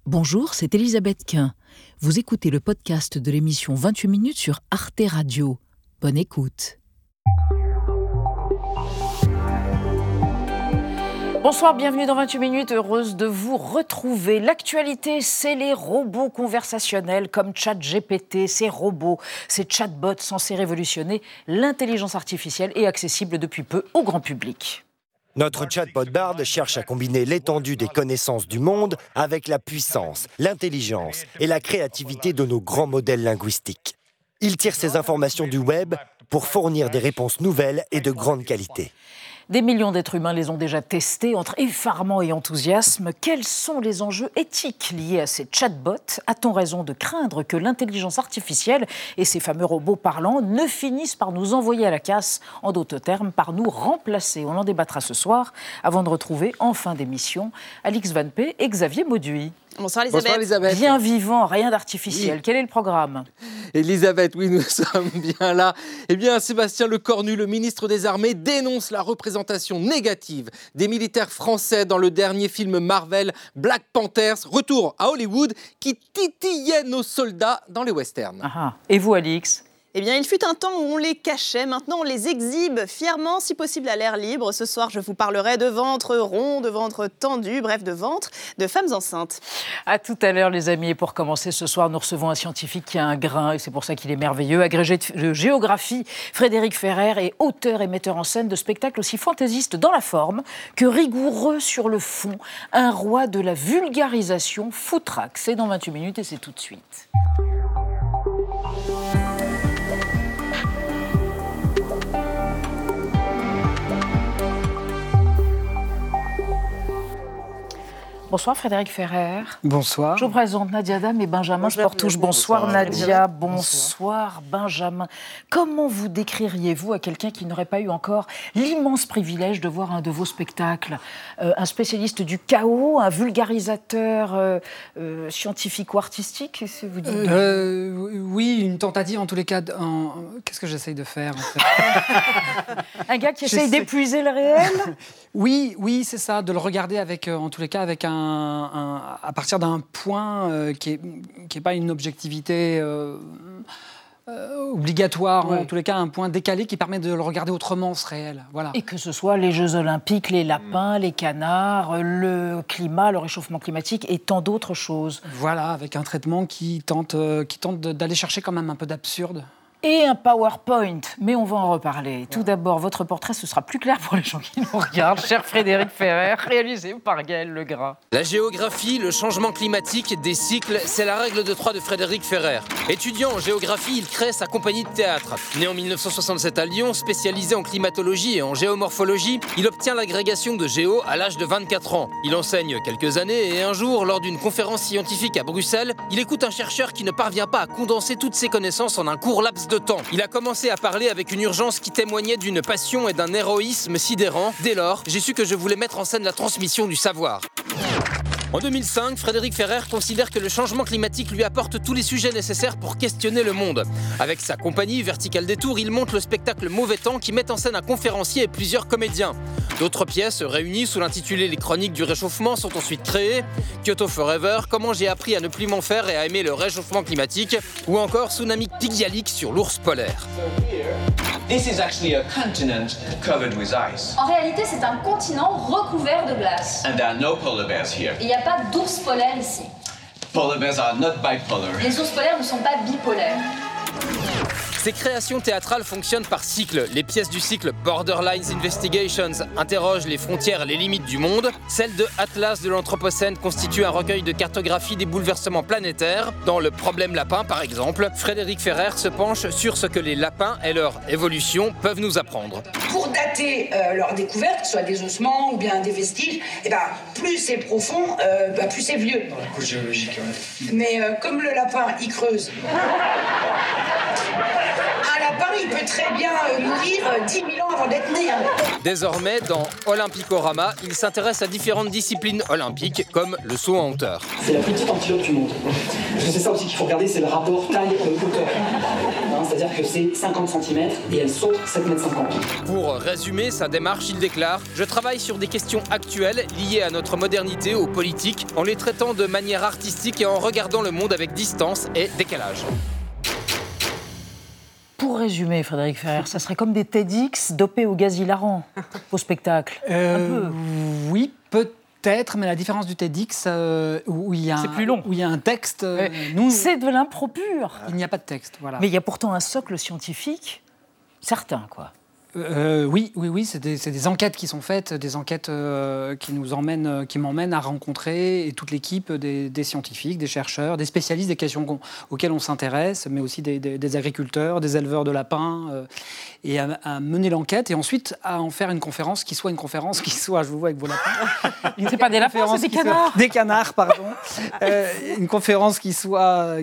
Bonjour, c'est Elisabeth Quint. Vous écoutez le podcast de l'émission 28 minutes sur Arte Radio. Bonne écoute. Bonsoir, bienvenue dans 28 minutes, heureuse de vous retrouver. L'actualité, c'est les robots conversationnels comme ChatGPT, ces robots, ces chatbots censés révolutionner l'intelligence artificielle et accessible depuis peu au grand public. Notre chatbot Bard cherche à combiner l'étendue des connaissances du monde avec la puissance, l'intelligence et la créativité de nos grands modèles linguistiques. Il tire ses informations du web pour fournir des réponses nouvelles et de grande qualité. Des millions d'êtres humains les ont déjà testés entre effarement et enthousiasme. Quels sont les enjeux éthiques liés à ces chatbots ? A-t-on raison de craindre que l'intelligence artificielle et ces fameux robots parlants ne finissent par nous envoyer à la casse, en d'autres termes, par nous remplacer ? On en débattra ce soir, avant de retrouver en fin d'émission Alix Van P et Xavier Mauduit. Bonsoir Elisabeth. Bonsoir Elisabeth. Bien vivant, rien d'artificiel. Oui. Quel est le programme ? Elisabeth, oui, nous sommes bien là. Eh bien, Sébastien Lecornu, le ministre des Armées, dénonce la représentation négative des militaires français dans le dernier film Marvel Black Panthers, retour à Hollywood, qui titillait nos soldats dans les westerns. Ah. Et vous, Alix ? Eh bien, il fut un temps où on les cachait. Maintenant, on les exhibe fièrement, si possible à l'air libre. Ce soir, je vous parlerai de ventre rond, de ventre tendu, bref, de ventre de femmes enceintes. À tout à l'heure, les amis. Et pour commencer, ce soir, nous recevons un scientifique qui a un grain, et c'est pour ça qu'il est merveilleux. Agrégé de géographie, Frédéric Ferrer est auteur et metteur en scène de spectacles aussi fantaisistes dans la forme que rigoureux sur le fond. Un roi de la vulgarisation foutraque. C'est dans 28 minutes et c'est tout de suite. Bonsoir Frédéric Ferrer. Bonsoir. Je vous présente Nadia Dame et Benjamin Sportouche. Bonsoir Nadia, bonsoir Benjamin. Comment vous décririez-vous à quelqu'un qui n'aurait pas eu encore l'immense privilège de voir un de vos spectacles ? Un spécialiste du chaos, un vulgarisateur scientifico-artistique, qu'est-ce que vous dites ? Oui, une tentative en tous les cas. Qu'est-ce que j'essaye de faire en fait ? Un gars qui essaye d'épuiser le réel ? Oui, c'est ça, de le regarder avec, en tous les cas, avec à partir d'un point qui est pas une objectivité obligatoire, en tous les cas un point décalé qui permet de le regarder autrement, ce réel. Voilà. Et que ce soit les Jeux Olympiques, les lapins, les canards, le climat, le réchauffement climatique et tant d'autres choses. Voilà, avec un traitement qui tente d'aller chercher quand même un peu d'absurde. Et un PowerPoint, mais on va en reparler. Tout d'abord, votre portrait, ce sera plus clair pour les gens qui nous regardent. Cher Frédéric Ferrer, réalisé par Gaël Legras. La géographie, le changement climatique, des cycles, c'est la règle de 3 de Frédéric Ferrer. Étudiant en géographie, il crée sa compagnie de théâtre. Né en 1967 à Lyon, spécialisé en climatologie et en géomorphologie, il obtient l'agrégation de géo à l'âge de 24 ans. Il enseigne quelques années et un jour, lors d'une conférence scientifique à Bruxelles, il écoute un chercheur qui ne parvient pas à condenser toutes ses connaissances en un court laps de temps. Il a commencé à parler avec une urgence qui témoignait d'une passion et d'un héroïsme sidérant. Dès lors, j'ai su que je voulais mettre en scène la transmission du savoir. En 2005, Frédéric Ferrer considère que le changement climatique lui apporte tous les sujets nécessaires pour questionner le monde. Avec sa compagnie Vertical Détour, il monte le spectacle Mauvais Temps qui met en scène un conférencier et plusieurs comédiens. D'autres pièces réunies sous l'intitulé Les Chroniques du réchauffement sont ensuite créées. Kyoto Forever, Comment j'ai appris à ne plus m'en faire et à aimer le réchauffement climatique, ou encore Tsunami Pigyalik sur l'ours polaire. This is actually a continent covered with ice. En réalité, c'est un continent recouvert de glace. And there are no polar bears here. Il n'y a pas d'ours polaires ici. Polar bears are not bipolar. Les ours polaires ne sont pas bipolaires. Ces créations théâtrales fonctionnent par cycle. Les pièces du cycle Borderlines Investigations interrogent les frontières et les limites du monde. Celle de Atlas de l'Anthropocène constitue un recueil de cartographie des bouleversements planétaires. Dans Le Problème Lapin, par exemple, Frédéric Ferrer se penche sur ce que les lapins et leur évolution peuvent nous apprendre. Pour dater leur découverte, que ce soit des ossements ou bien des vestiges, plus c'est profond, plus c'est vieux. Dans la couche géologique, ouais. Mais comme le lapin, il creuse. Un lapin, il peut très bien mourir 10 000 ans avant d'être né. Désormais, dans Olympicorama, il s'intéresse à différentes disciplines olympiques, comme le saut en hauteur. C'est la plus petite antilope du monde. Parce que c'est ça aussi qu'il faut regarder, c'est le rapport taille-hauteur. C'est-à-dire que c'est 50 cm et elle saute 7,50 m. Pour résumer sa démarche, il déclare « Je travaille sur des questions actuelles liées à notre modernité, aux politiques, en les traitant de manière artistique et en regardant le monde avec distance et décalage. » Pour résumer, Frédéric Ferrer, ça serait comme des TEDx dopés au gaz hilarant au spectacle. Un peu. Oui, peut-être, mais la différence du TEDx, où il y a c'est plus long. Où il y a un texte... c'est de l'impro pur. Il n'y a pas de texte, voilà. Mais il y a pourtant un socle scientifique certain, quoi. Oui, c'est des enquêtes qui sont faites, des enquêtes qui m'emmènent à rencontrer et toute l'équipe des scientifiques, des chercheurs, des spécialistes des questions auxquelles on s'intéresse, mais aussi des agriculteurs, des éleveurs de lapins, et à mener l'enquête et ensuite à en faire une conférence qui soit, je vous vois avec vos lapins. C'est pas des lapins, c'est des canards. Des canards, pardon. Une conférence qui soit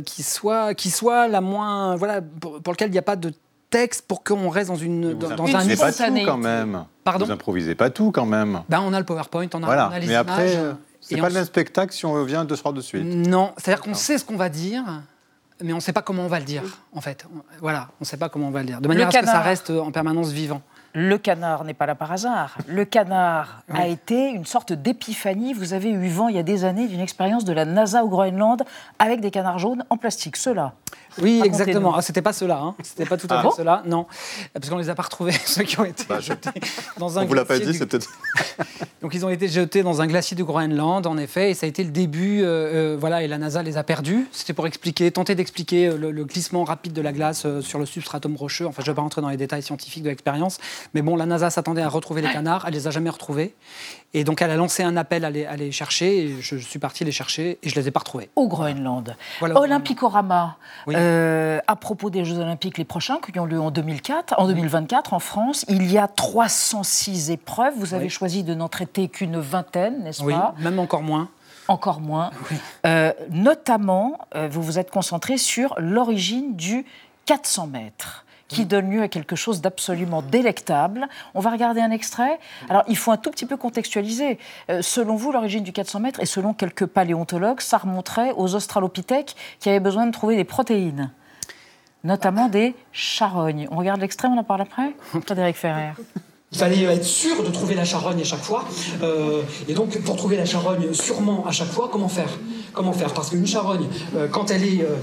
la moins, voilà, pour laquelle il n'y a pas de texte pour qu'on reste dans un niveau pas tout quand même. Pardon. Vous improvisez pas tout quand même. On a le PowerPoint, on a les mais images. Après, c'est pas le même spectacle si on vient 2 soirs de suite. Non, c'est-à-dire qu'on sait ce qu'on va dire, mais on ne sait pas comment on va le dire, en fait. Voilà, on ne sait pas comment on va le dire. De manière à ce que ça reste en permanence vivant. Le canard n'est pas là par hasard. Le canard a été une sorte d'épiphanie. Vous avez eu vent il y a des années d'une expérience de la NASA au Groenland avec des canards jaunes en plastique. Ceux-là. Oui, exactement. C'était pas ceux-là. C'était pas tout à fait ceux-là. Non, parce qu'on les a pas retrouvés. Ceux qui ont été jetés dans un. On vous l'a pas dit, c'est peut-être. Donc ils ont été jetés dans un glacier du Groenland, en effet, et ça a été le début. Et la NASA les a perdus. C'était pour tenter d'expliquer le glissement rapide de la glace sur le substratum rocheux. Enfin, je ne vais pas rentrer dans les détails scientifiques de l'expérience, mais bon, la NASA s'attendait à retrouver les canards. Elle les a jamais retrouvés, et donc elle a lancé un appel à les chercher. Et je suis parti les chercher et je les ai pas retrouvés. Au Groenland. Voilà, Olympicorama. Oui. À propos des Jeux Olympiques les prochains qui ont lieu en 2024 en France, il y a 306 épreuves. Vous avez choisi de n'en traiter qu'une vingtaine, n'est-ce pas ? Oui, même encore moins. Encore moins. Oui. Notamment, vous vous êtes concentré sur l'origine du 400 mètres, qui donne lieu à quelque chose d'absolument délectable. On va regarder un extrait. Alors, il faut un tout petit peu contextualiser. Selon vous, l'origine du 400 mètres, et selon quelques paléontologues, ça remonterait aux australopithèques qui avaient besoin de trouver des protéines, notamment des charognes. On regarde l'extrait, on en parle après ? Frédéric Ferrer. Il fallait être sûr de trouver la charogne à chaque fois. Et donc, pour trouver la charogne sûrement à chaque fois, comment faire ? Parce qu'une charogne, quand elle est...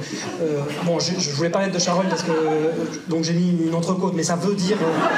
je voulais pas mettre de charogne parce que... donc j'ai mis une entrecôte, mais ça veut dire...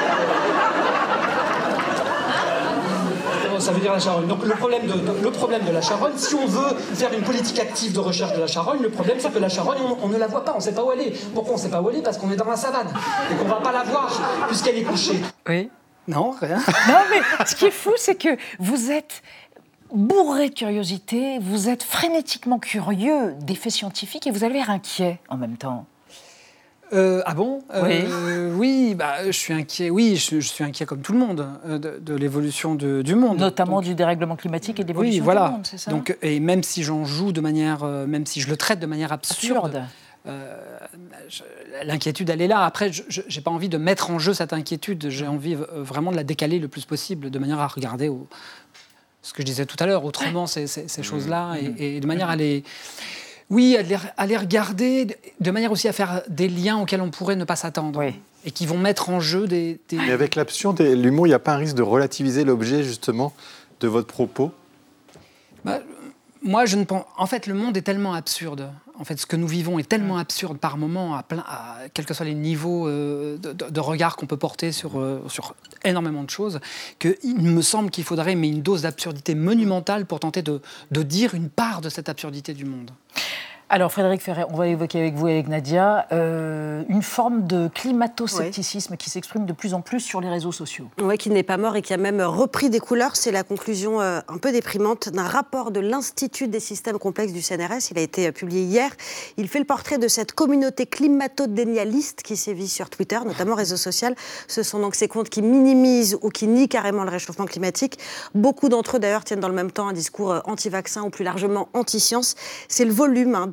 ça veut dire la charogne. Donc le problème de la charogne, si on veut faire une politique active de recherche de la charogne, le problème c'est que la charogne, on ne la voit pas, on ne sait pas où elle est. Pourquoi on ne sait pas où elle est ? Parce qu'on est dans la savane et qu'on ne va pas la voir puisqu'elle est couchée. Oui. Non, rien. Non, mais ce qui est fou, c'est que vous êtes bourré de curiosité, vous êtes frénétiquement curieux des faits scientifiques et vous avez l'air inquiet en même temps. Ah bon ? Oui. Oui, je suis inquiet. Oui, je suis inquiet comme tout le monde de l'évolution du monde. Notamment du dérèglement climatique et de l'évolution du monde, c'est ça ? Donc, et même si j'en joue de manière, même si je le traite de manière absurde. L'inquiétude, elle est là. Après, je n'ai pas envie de mettre en jeu cette inquiétude. J'ai envie vraiment de la décaler le plus possible, de manière à regarder ce que je disais tout à l'heure, autrement ces choses-là, et de manière à les regarder, de manière aussi à faire des liens auxquels on pourrait ne pas s'attendre, et qui vont mettre en jeu des... Mais avec l'absurde et l'humour, il n'y a pas un risque de relativiser l'objet, justement, de votre propos ? Moi, je ne pense... En fait, le monde est tellement absurde. En fait, ce que nous vivons est tellement absurde par moment, quels que soient les niveaux de regard qu'on peut porter sur énormément de choses, qu'il me semble qu'il faudrait une dose d'absurdité monumentale pour tenter de dire une part de cette absurdité du monde. Alors, Frédéric Ferrer, on va évoquer avec vous et avec Nadia une forme de climato-scepticisme qui s'exprime de plus en plus sur les réseaux sociaux. Oui, qui n'est pas mort et qui a même repris des couleurs. C'est la conclusion un peu déprimante d'un rapport de l'Institut des systèmes complexes du CNRS. Il a été publié hier. Il fait le portrait de cette communauté climato-dénialiste qui sévit sur Twitter, notamment réseau social. Ce sont donc ces comptes qui minimisent ou qui nient carrément le réchauffement climatique. Beaucoup d'entre eux, d'ailleurs, tiennent dans le même temps un discours anti-vaccin ou plus largement anti-science. C'est le volume de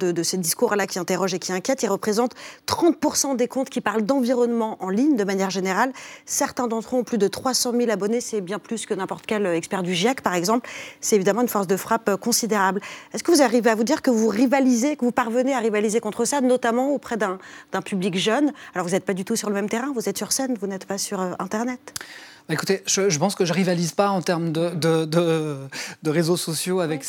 de ces discours-là qui interrogent et qui inquiètent. Ils représentent 30% des comptes qui parlent d'environnement en ligne de manière générale. Certains d'entre eux ont plus de 300 000 abonnés, c'est bien plus que n'importe quel expert du GIEC, par exemple. C'est évidemment une force de frappe considérable. Est-ce que vous arrivez à vous dire que vous rivalisez, que vous parvenez à rivaliser contre ça, notamment auprès d'un public jeune? Alors vous n'êtes pas du tout sur le même terrain, vous êtes sur scène, vous n'êtes pas sur Internet. Écoutez, je pense que je rivalise pas en termes de réseaux sociaux avec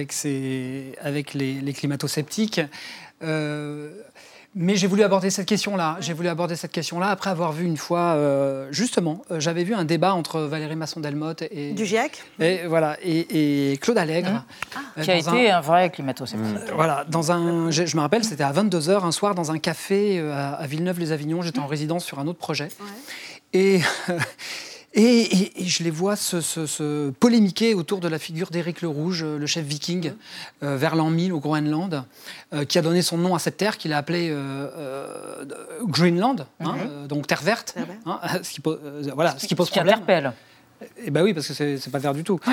les climato-sceptiques. Mais j'ai voulu aborder cette question-là. Après avoir vu une fois, justement, j'avais vu un débat entre Valérie Masson-Delmotte et du GIEC, et Claude Allègre, qui a été un vrai climato-sceptique. Voilà, je me rappelle, c'était à 22h un soir dans un café à Villeneuve-les-Avignon. J'étais en résidence sur un autre projet, et je les vois se polémiquer autour de la figure d'Éric le Rouge, le chef viking, vers l'an 1000 au Groenland, qui a donné son nom à cette terre qu'il a appelée Greenland, donc terre verte, ce qui pose problème. Interpelle. Eh ben oui, parce que c'est pas vert du tout.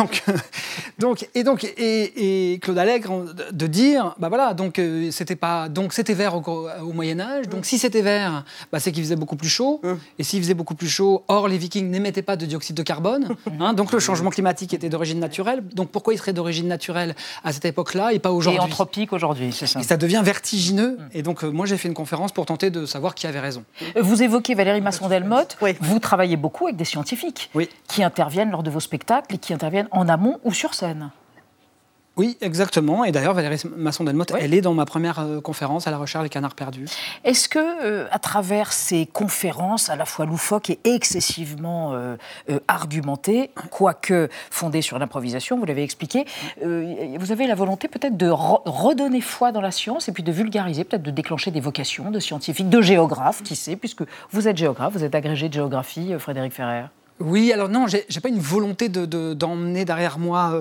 Et Claude Allègre de dire, c'était vert au Moyen Âge. Donc si c'était vert, c'est qu'il faisait beaucoup plus chaud. Et s'il faisait beaucoup plus chaud, or les Vikings n'émettaient pas de dioxyde de carbone. Donc le changement climatique était d'origine naturelle. Donc pourquoi il serait d'origine naturelle à cette époque-là et pas aujourd'hui? Et anthropique aujourd'hui, c'est ça. Et ça devient vertigineux. Et donc moi j'ai fait une conférence pour tenter de savoir qui avait raison. Vous évoquez Valérie Masson-Delmotte. Vous travaillez beaucoup avec des scientifiques. Oui. Qui interviennent lors de vos spectacles et qui interviennent en amont ou sur scène. Oui, exactement. Et d'ailleurs, Valérie Masson-Delmotte, elle est dans ma première conférence à La Recherche des canards perdus. Est-ce que, à travers ces conférences à la fois loufoques et excessivement argumentées, quoique fondées sur l'improvisation, vous l'avez expliqué, vous avez la volonté peut-être de redonner foi dans la science et puis de vulgariser, peut-être de déclencher des vocations de scientifiques, de géographes, qui sait, puisque vous êtes géographe, vous êtes agrégé de géographie, Frédéric Ferrer. Oui, alors non, j'ai pas une volonté d'emmener derrière moi,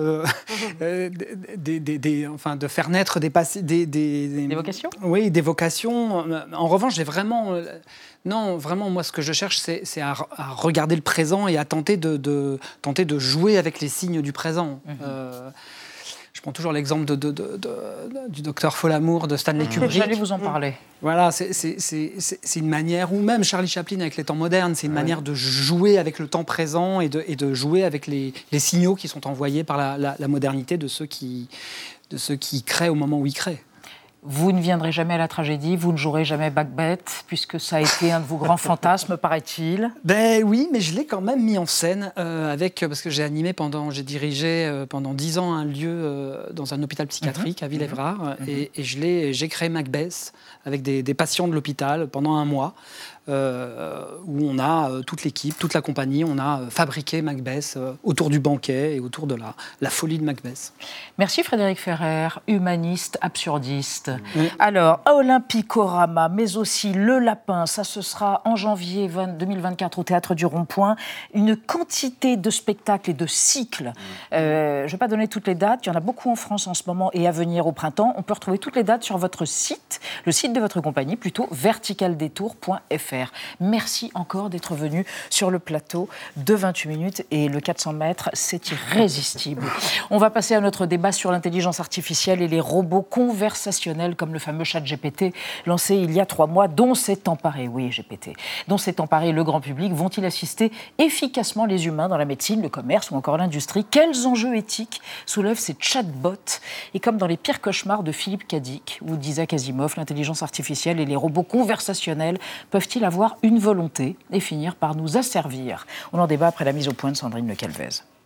de faire naître des vocations. Oui, des vocations. En revanche, j'ai vraiment, non, vraiment, moi, ce que je cherche, c'est à regarder le présent et à tenter de jouer avec les signes du présent. Je prends toujours l'exemple du docteur Folamour de Stanley Kubrick. J'allais vous en parler. Voilà, c'est une manière, ou même Charlie Chaplin avec les temps modernes, c'est une manière de jouer avec le temps présent et de jouer avec les signaux qui sont envoyés par la modernité de ceux qui créent au moment où ils créent. Vous ne viendrez jamais à la tragédie, vous ne jouerez jamais Macbeth, puisque ça a été un de vos grands fantasmes, paraît-il. Ben oui, mais je l'ai quand même mis en scène parce que j'ai dirigé pendant 10 ans un lieu dans un hôpital psychiatrique à Villévrard, et j'ai créé Macbeth avec des patients de l'hôpital pendant un mois. Où on a toute l'équipe, toute la compagnie, on a fabriqué Macbeth autour du banquet et autour de la folie de Macbeth. Merci Frédéric Ferrer, humaniste, absurdiste. Alors, Olympicorama, mais aussi Le Lapin, ça ce sera en janvier 2024 au Théâtre du Rond-Point. Une quantité de spectacles et de cycles. Je ne vais pas donner toutes les dates, il y en a beaucoup en France en ce moment et à venir au printemps. On peut retrouver toutes les dates sur votre site, le site de votre compagnie, plutôt verticaldetour.fr. Merci encore d'être venu sur le plateau de 28 minutes et le 400 mètres, c'est irrésistible. On va passer à notre débat sur l'intelligence artificielle et les robots conversationnels comme le fameux ChatGPT lancé il y a 3 mois, dont s'est emparé, dont s'est emparé le grand public. Vont-ils assister efficacement les humains dans la médecine, le commerce ou encore l'industrie? Quels enjeux éthiques soulèvent ces chatbots? Et comme dans les pires cauchemars de Philippe Cadic ou d'Isaac Asimov, l'intelligence artificielle et les robots conversationnels peuvent-ils avoir une volonté et finir par nous asservir? On en débat après la mise au point de Sandrine Le Calvez.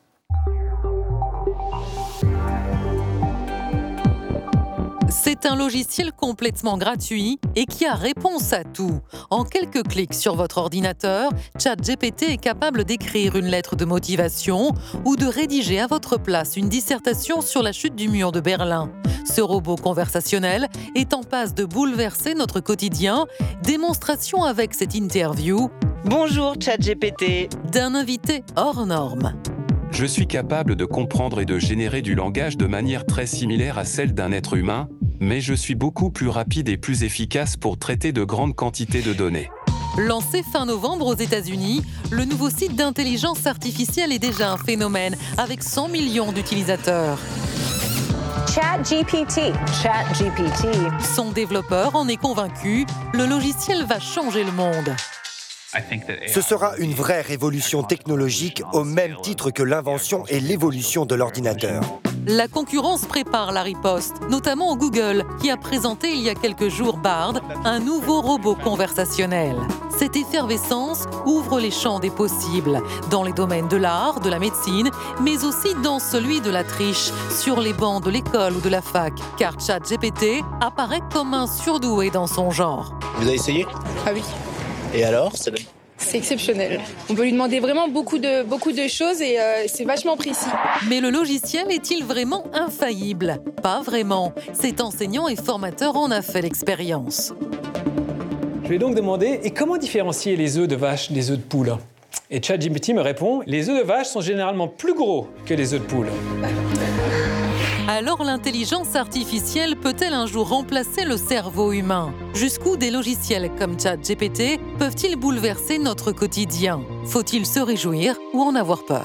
C'est un logiciel complètement gratuit et qui a réponse à tout. En quelques clics sur votre ordinateur, ChatGPT est capable d'écrire une lettre de motivation ou de rédiger à votre place une dissertation sur la chute du mur de Berlin. Ce robot conversationnel est en passe de bouleverser notre quotidien. Démonstration avec cette interview. Bonjour ChatGPT. D'un invité hors norme. Je suis capable de comprendre et de générer du langage de manière très similaire à celle d'un être humain, mais je suis beaucoup plus rapide et plus efficace pour traiter de grandes quantités de données. Lancé fin novembre aux États-Unis, le nouveau site d'intelligence artificielle est déjà un phénomène avec 100 millions d'utilisateurs. ChatGPT. ChatGPT. Son développeur en est convaincu, le logiciel va changer le monde. Ce sera une vraie révolution technologique au même titre que l'invention et l'évolution de l'ordinateur. La concurrence prépare la riposte, notamment Google, qui a présenté il y a quelques jours Bard, un nouveau robot conversationnel. Cette effervescence ouvre les champs des possibles, dans les domaines de l'art, de la médecine, mais aussi dans celui de la triche, sur les bancs de l'école ou de la fac, car ChatGPT apparaît comme un surdoué dans son genre. Vous avez essayé ? Ah oui. Et alors, c'est exceptionnel. On peut lui demander vraiment beaucoup de choses et c'est vachement précis. Mais le logiciel est-il vraiment infaillible ? Pas vraiment. Cet enseignant et formateur en a fait l'expérience. Je lui ai donc demandé, et comment différencier les œufs de vache des œufs de poule ? Et ChatGPT me répond, les œufs de vache sont généralement plus gros que les œufs de poule. Alors l'intelligence artificielle peut-elle un jour remplacer le cerveau humain ? Jusqu'où des logiciels comme ChatGPT peuvent-ils bouleverser notre quotidien ? Faut-il se réjouir ou en avoir peur ?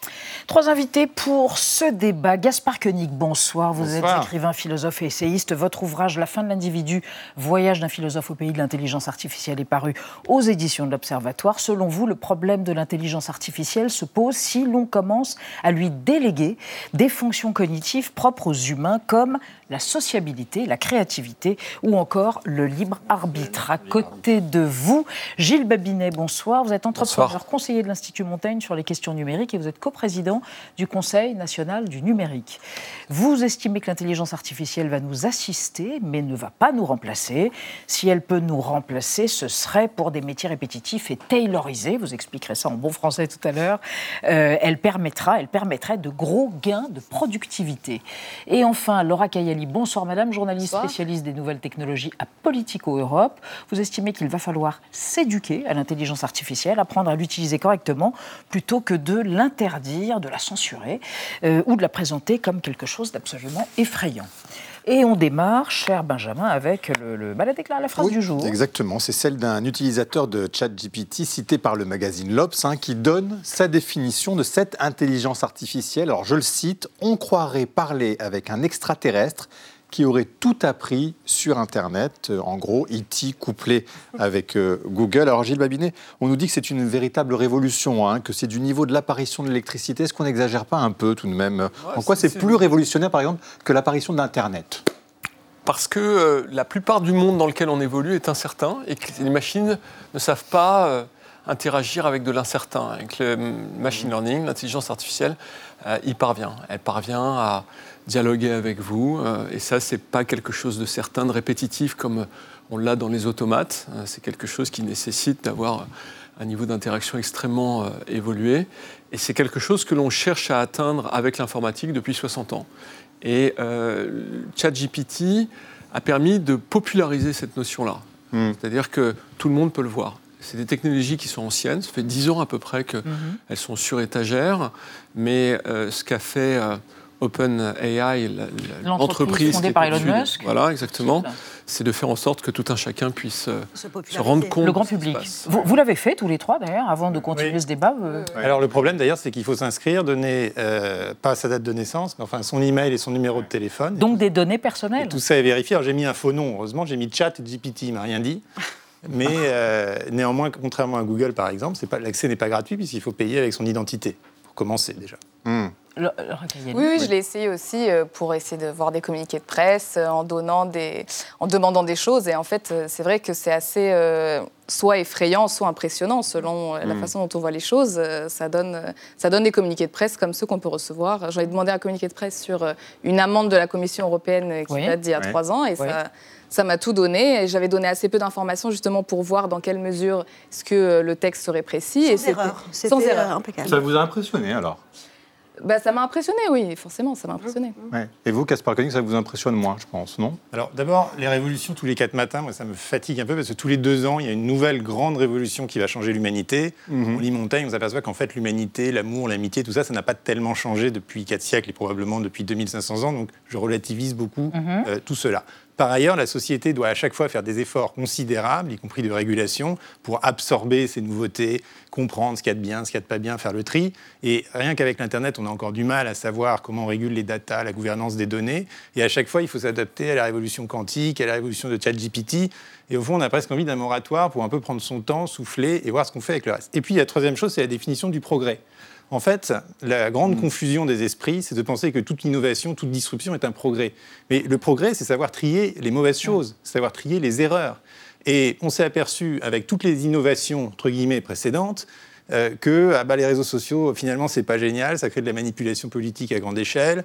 3 invités pour ce débat. Gaspard Koenig, bonsoir. Vous Bonsoir. êtes écrivain, philosophe et essayiste. Votre ouvrage « La fin de l'individu, voyage d'un philosophe au pays de l'intelligence artificielle » est paru aux éditions de l'Observatoire. Selon vous, le problème de l'intelligence artificielle se pose si l'on commence à lui déléguer des fonctions cognitives propres aux humains comme la sociabilité, la créativité ou encore le libre arbitre. À côté de vous, Gilles Babinet, bonsoir. Vous êtes entrepreneur, conseiller de l'Institut Montaigne sur les questions numériques et vous êtes coprésident du Conseil national du numérique. Vous estimez que l'intelligence artificielle va nous assister, mais ne va pas nous remplacer. Si elle peut nous remplacer, ce serait pour des métiers répétitifs et taylorisés. Vous expliquerez ça en bon français tout à l'heure. Elle permettrait de gros gains de productivité. Et enfin, Laura Kayali, bonsoir madame, journaliste spécialiste des nouvelles technologies à Politico Europe. Vous estimez qu'il va falloir s'éduquer à l'intelligence artificielle, apprendre à l'utiliser correctement, plutôt que de l'interdire, de la censurer ou de la présenter comme quelque chose d'absolument effrayant. Et on démarre, cher Benjamin, avec la phrase du jour. Exactement, c'est celle d'un utilisateur de ChatGPT cité par le magazine l'Obs qui donne sa définition de cette intelligence artificielle. Alors je le cite, « On croirait parler avec un extraterrestre qui aurait tout appris sur Internet », en gros, E.T. couplé avec Google. Alors Gilles Babinet, on nous dit que c'est une véritable révolution, que c'est du niveau de l'apparition de l'électricité. Est-ce qu'on n'exagère pas un peu tout de même ? En quoi c'est plus révolutionnaire, par exemple, que l'apparition d'Internet ? Parce que la plupart du monde dans lequel on évolue est incertain et que les machines ne savent pas interagir avec de l'incertain. Avec le machine learning, l'intelligence artificielle, y parvient. Elle parvient à dialoguer avec vous. Et ça, c'est pas quelque chose de certain, de répétitif comme on l'a dans les automates. C'est quelque chose qui nécessite d'avoir un niveau d'interaction extrêmement évolué. Et c'est quelque chose que l'on cherche à atteindre avec l'informatique depuis 60 ans. Et ChatGPT a permis de populariser cette notion-là. C'est-à-dire que tout le monde peut le voir. C'est des technologies qui sont anciennes. Ça fait 10 ans à peu près qu'elles sont sur étagère. Mais ce qu'a fait OpenAI, l'entreprise fondée par Elon Musk. Voilà, exactement. C'est de faire en sorte que tout un chacun puisse se rendre compte. Le grand public. Vous l'avez fait tous les trois d'ailleurs, avant de continuer ce débat. Alors le problème d'ailleurs, c'est qu'il faut s'inscrire, donner pas sa date de naissance, mais enfin son email et son numéro de téléphone. Donc des données personnelles. Et tout ça est vérifié. Alors j'ai mis un faux nom, heureusement, j'ai mis ChatGPT, il m'a rien dit. Mais néanmoins, contrairement à Google par exemple, l'accès n'est pas gratuit puisqu'il faut payer avec son identité, pour commencer déjà. Oui, je l'ai essayé aussi pour essayer de voir des communiqués de presse en demandant des choses. Et en fait, c'est vrai que c'est assez soit effrayant, soit impressionnant selon la façon dont on voit les choses. Ça donne des communiqués de presse comme ceux qu'on peut recevoir. J'en ai demandé un communiqué de presse sur une amende de la Commission européenne qui date d'il y a 3 ans. Et ça m'a tout donné. Et j'avais donné assez peu d'informations justement pour voir dans quelle mesure est-ce que le texte serait précis. Sans erreur. Sans erreur. Impeccable. Ça vous a impressionné alors ? Ça m'a impressionné, oui, forcément, ça m'a impressionné. Ouais. Et vous, Gaspard Koenig, ça vous impressionne moins, je pense, non ? Alors d'abord, les révolutions tous les 4 matins, moi ça me fatigue un peu parce que tous les 2 ans, il y a une nouvelle grande révolution qui va changer l'humanité. On lit Montaigne, on s'aperçoit qu'en fait l'humanité, l'amour, l'amitié, tout ça, ça n'a pas tellement changé depuis 4 siècles et probablement depuis 2500 ans. Donc je relativise beaucoup tout cela. Par ailleurs, la société doit à chaque fois faire des efforts considérables, y compris de régulation, pour absorber ces nouveautés, comprendre ce qu'il y a de bien, ce qu'il y a de pas bien, faire le tri. Et rien qu'avec l'Internet, on a encore du mal à savoir comment on régule les datas, la gouvernance des données. Et à chaque fois, il faut s'adapter à la révolution quantique, à la révolution de ChatGPT. Et au fond, on a presque envie d'un moratoire pour un peu prendre son temps, souffler et voir ce qu'on fait avec le reste. Et puis, la troisième chose, c'est la définition du progrès. En fait, la grande confusion des esprits, c'est de penser que toute innovation, toute disruption est un progrès. Mais le progrès, c'est savoir trier les mauvaises choses, savoir trier les erreurs. Et on s'est aperçu, avec toutes les innovations, entre guillemets, précédentes, que les réseaux sociaux, finalement, c'est pas génial, ça crée de la manipulation politique à grande échelle.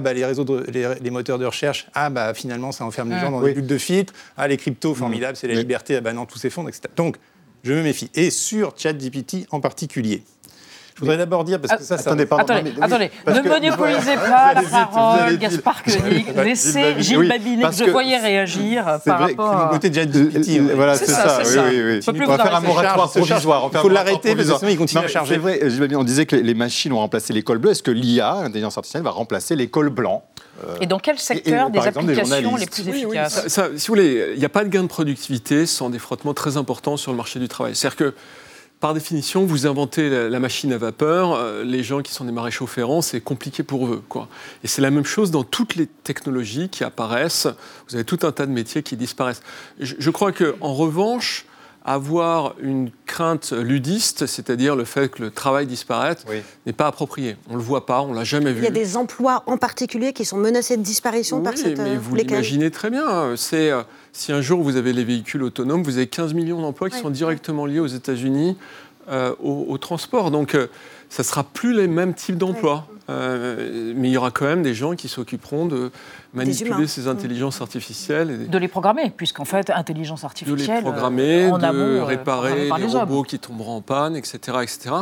Les moteurs de recherche, finalement, ça enferme les gens dans des bulles de filtre. Les cryptos, formidable, c'est la liberté, non, tout s'effondre, etc. Donc, je me méfie. Et sur ChatGPT en particulier. Je voudrais d'abord dire, parce que ça... Attendez, ne monopolisez pas la parole, Gaspard Koenig. Laissez Gilles Babinet, que je voyais réagir par rapport à... côté de ChatGPT. Voilà, c'est ça. Oui. On va faire un moratoire provisoire. Il faut l'arrêter, parce que sinon il continue à charger. C'est vrai, Gilles Babinet, on disait que les machines ont remplacé les cols bleus. Est-ce que l'IA, l'intelligence artificielle, va remplacer les cols blancs ? Et dans quel secteur des applications les plus efficaces ? Si vous voulez, il n'y a pas de gain de productivité sans des frottements très importants sur le marché du travail. C'est-à-dire que, par définition, vous inventez la machine à vapeur, les gens qui sont des maréchaux ferrants, c'est compliqué pour eux, quoi. Et c'est la même chose dans toutes les technologies qui apparaissent. Vous avez tout un tas de métiers qui disparaissent. Je crois qu'en revanche, avoir une crainte ludiste, c'est-à-dire le fait que le travail disparaisse, n'est pas approprié. On ne le voit pas, on ne l'a jamais vu. Il y a des emplois en particulier qui sont menacés de disparition par cette... mais vous l'imaginez très bien. Si un jour vous avez les véhicules autonomes, vous avez 15 millions d'emplois qui sont directement liés aux États-Unis au transport. Donc, ça ne sera plus les mêmes types d'emplois. Mais il y aura quand même des gens qui s'occuperont de manipuler ces intelligences artificielles. De les programmer, puisqu'en fait, intelligence artificielle... De les programmer, de réparer les robots qui tomberont en panne, etc.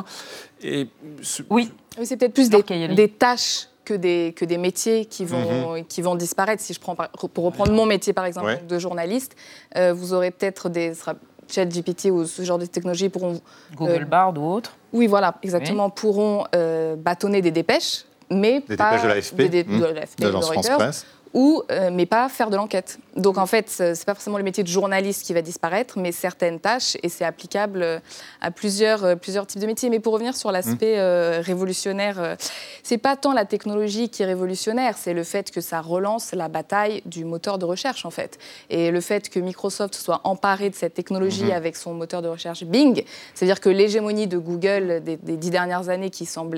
Oui, c'est peut-être plus des tâches que des métiers qui vont disparaître. Si je prends, pour reprendre mon métier, par exemple, de journaliste, vous aurez peut-être ChatGPT ou ce genre de technologies pourront... Google Bard ou autre. Oui, voilà, exactement, pourront bâtonner des dépêches, mais des pas... dépêches de l'AFP, de France Presse. Mais pas faire de l'enquête. Donc en fait, c'est pas forcément le métier de journaliste qui va disparaître, mais certaines tâches, et c'est applicable à plusieurs types de métiers. Mais pour revenir sur l'aspect révolutionnaire, c'est pas tant la technologie qui est révolutionnaire, c'est le fait que ça relance la bataille du moteur de recherche en fait. Et le fait que Microsoft soit emparé de cette technologie avec son moteur de recherche Bing, c'est-à-dire que l'hégémonie de Google des 10 dernières années,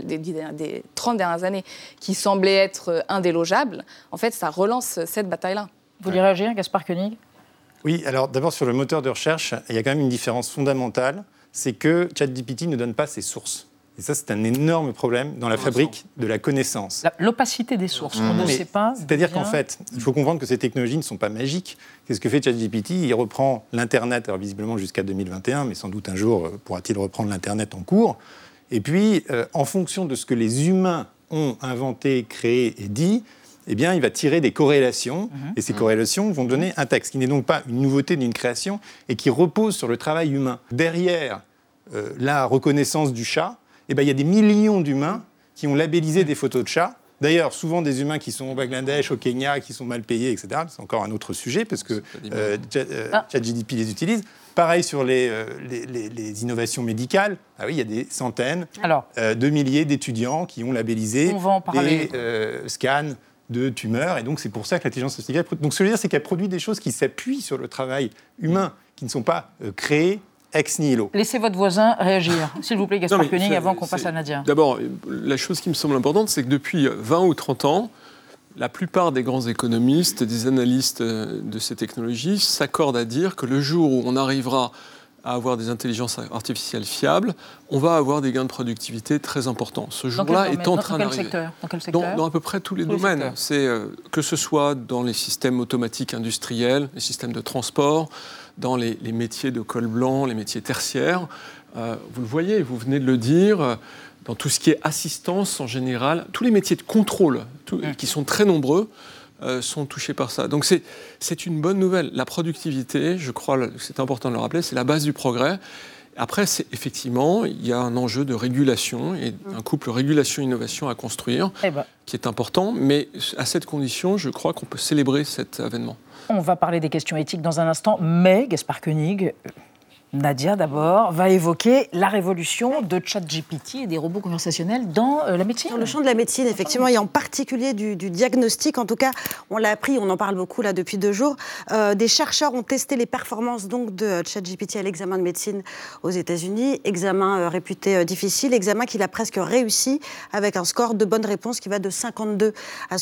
des 30 dernières années, qui semblait être indélogeable, en fait, ça relance cette bataille-là. Vous voulez réagir, Gaspard Koenig ? Oui, alors d'abord sur le moteur de recherche, il y a quand même une différence fondamentale, c'est que ChatGPT ne donne pas ses sources. Et ça, c'est un énorme problème dans la fabrique de la connaissance. L'opacité des sources, on ne sait pas. C'est-à-dire qu'en fait, il faut comprendre que ces technologies ne sont pas magiques. Qu'est-ce que fait ChatGPT ? Il reprend l'Internet, alors visiblement jusqu'à 2021, mais sans doute un jour pourra-t-il reprendre l'Internet en cours. Et puis, en fonction de ce que les humains ont inventé, créé et dit, eh bien, il va tirer des corrélations, et ces corrélations vont donner un texte, qui n'est donc pas une nouveauté d'une création, et qui repose sur le travail humain. Derrière la reconnaissance du chat, eh bien, il y a des millions d'humains qui ont labellisé des photos de chats. D'ailleurs, souvent des humains qui sont au Bangladesh, au Kenya, qui sont mal payés, etc. C'est encore un autre sujet, parce que ChatGPT les utilise. Pareil sur les innovations médicales. Il y a des centaines de milliers d'étudiants qui ont labellisé des scans de tumeurs, et donc c'est pour ça que l'intelligence artificielle... Donc ce que je veux dire, c'est qu'elle produit des choses qui s'appuient sur le travail humain, qui ne sont pas créées ex nihilo. Laissez votre voisin réagir, s'il vous plaît, Gaspard Koenig, avant qu'on passe à Nadia. D'abord, la chose qui me semble importante, c'est que depuis 20 ou 30 ans, la plupart des grands économistes, des analystes de ces technologies s'accordent à dire que le jour où on arrivera à avoir des intelligences artificielles fiables, on va avoir des gains de productivité très importants. Ce jour-là est en train d'arriver. Dans quel secteur ? Dans à peu près tous les domaines. C'est, que ce soit dans les systèmes automatiques industriels, les systèmes de transport, dans les métiers de col blanc, les métiers tertiaires. Vous le voyez, vous venez de le dire, dans tout ce qui est assistance en général, tous les métiers de contrôle, qui sont très nombreux, sont touchés par ça. Donc c'est une bonne nouvelle. La productivité, je crois que c'est important de le rappeler, c'est la base du progrès. Après, effectivement, il y a un enjeu de régulation et un couple régulation-innovation à construire qui est important, mais à cette condition, je crois qu'on peut célébrer cet avènement. On va parler des questions éthiques dans un instant, mais Gaspard Koenig, Nadia d'abord, va évoquer la révolution de ChatGPT et des robots conversationnels dans la médecine. Dans le champ de la médecine, effectivement, et en particulier du diagnostic. En tout cas, on l'a appris, on en parle beaucoup là depuis 2 jours. Des chercheurs ont testé les performances donc, de ChatGPT à l'examen de médecine aux États-Unis. Examen réputé difficile, examen qu'il a presque réussi avec un score de bonne réponse qui va de 52 à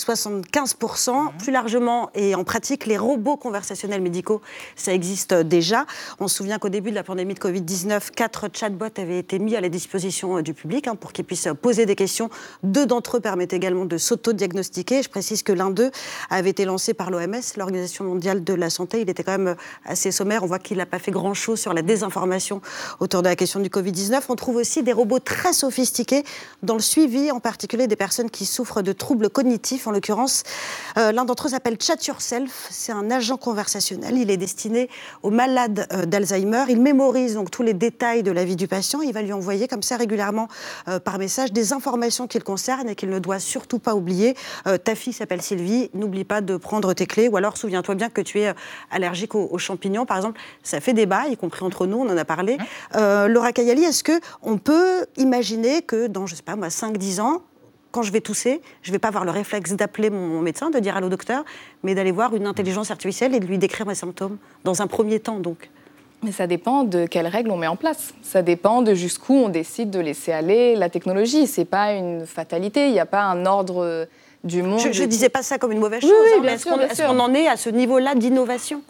75%. Plus largement et en pratique, les robots conversationnels médicaux, ça existe déjà. On se souvient qu'au début de la pandémie de Covid-19, 4 chatbots avaient été mis à la disposition du public pour qu'ils puissent poser des questions. 2 d'entre eux permettent également de s'auto-diagnostiquer. Je précise que l'un d'eux avait été lancé par l'OMS, l'Organisation mondiale de la santé. Il était quand même assez sommaire. On voit qu'il n'a pas fait grand-chose sur la désinformation autour de la question du Covid-19. On trouve aussi des robots très sophistiqués dans le suivi, en particulier des personnes qui souffrent de troubles cognitifs. En l'occurrence, l'un d'entre eux s'appelle Chat Yourself. C'est un agent conversationnel. Il est destiné aux malades d'Alzheimer. Il mémorise donc tous les détails de la vie du patient. Il va lui envoyer comme ça régulièrement par message des informations qui le concernent et qu'il ne doit surtout pas oublier. Ta fille s'appelle Sylvie, n'oublie pas de prendre tes clés, ou alors souviens-toi bien que tu es allergique aux champignons, par exemple. Ça fait débat, y compris entre nous, on en a parlé. Laura Kayali, est-ce qu'on peut imaginer que dans, je sais pas moi, 5-10 ans, quand je vais tousser, je ne vais pas avoir le réflexe d'appeler mon médecin, de dire allô docteur, mais d'aller voir une intelligence artificielle et de lui décrire mes symptômes, dans un premier temps donc? Mais ça dépend de quelles règles on met en place. Ça dépend de jusqu'où on décide de laisser aller la technologie. C'est pas une fatalité, il n'y a pas un ordre du monde. Je ne disais pas ça comme une mauvaise chose, mais est-ce qu'on en est à ce niveau-là d'innovation?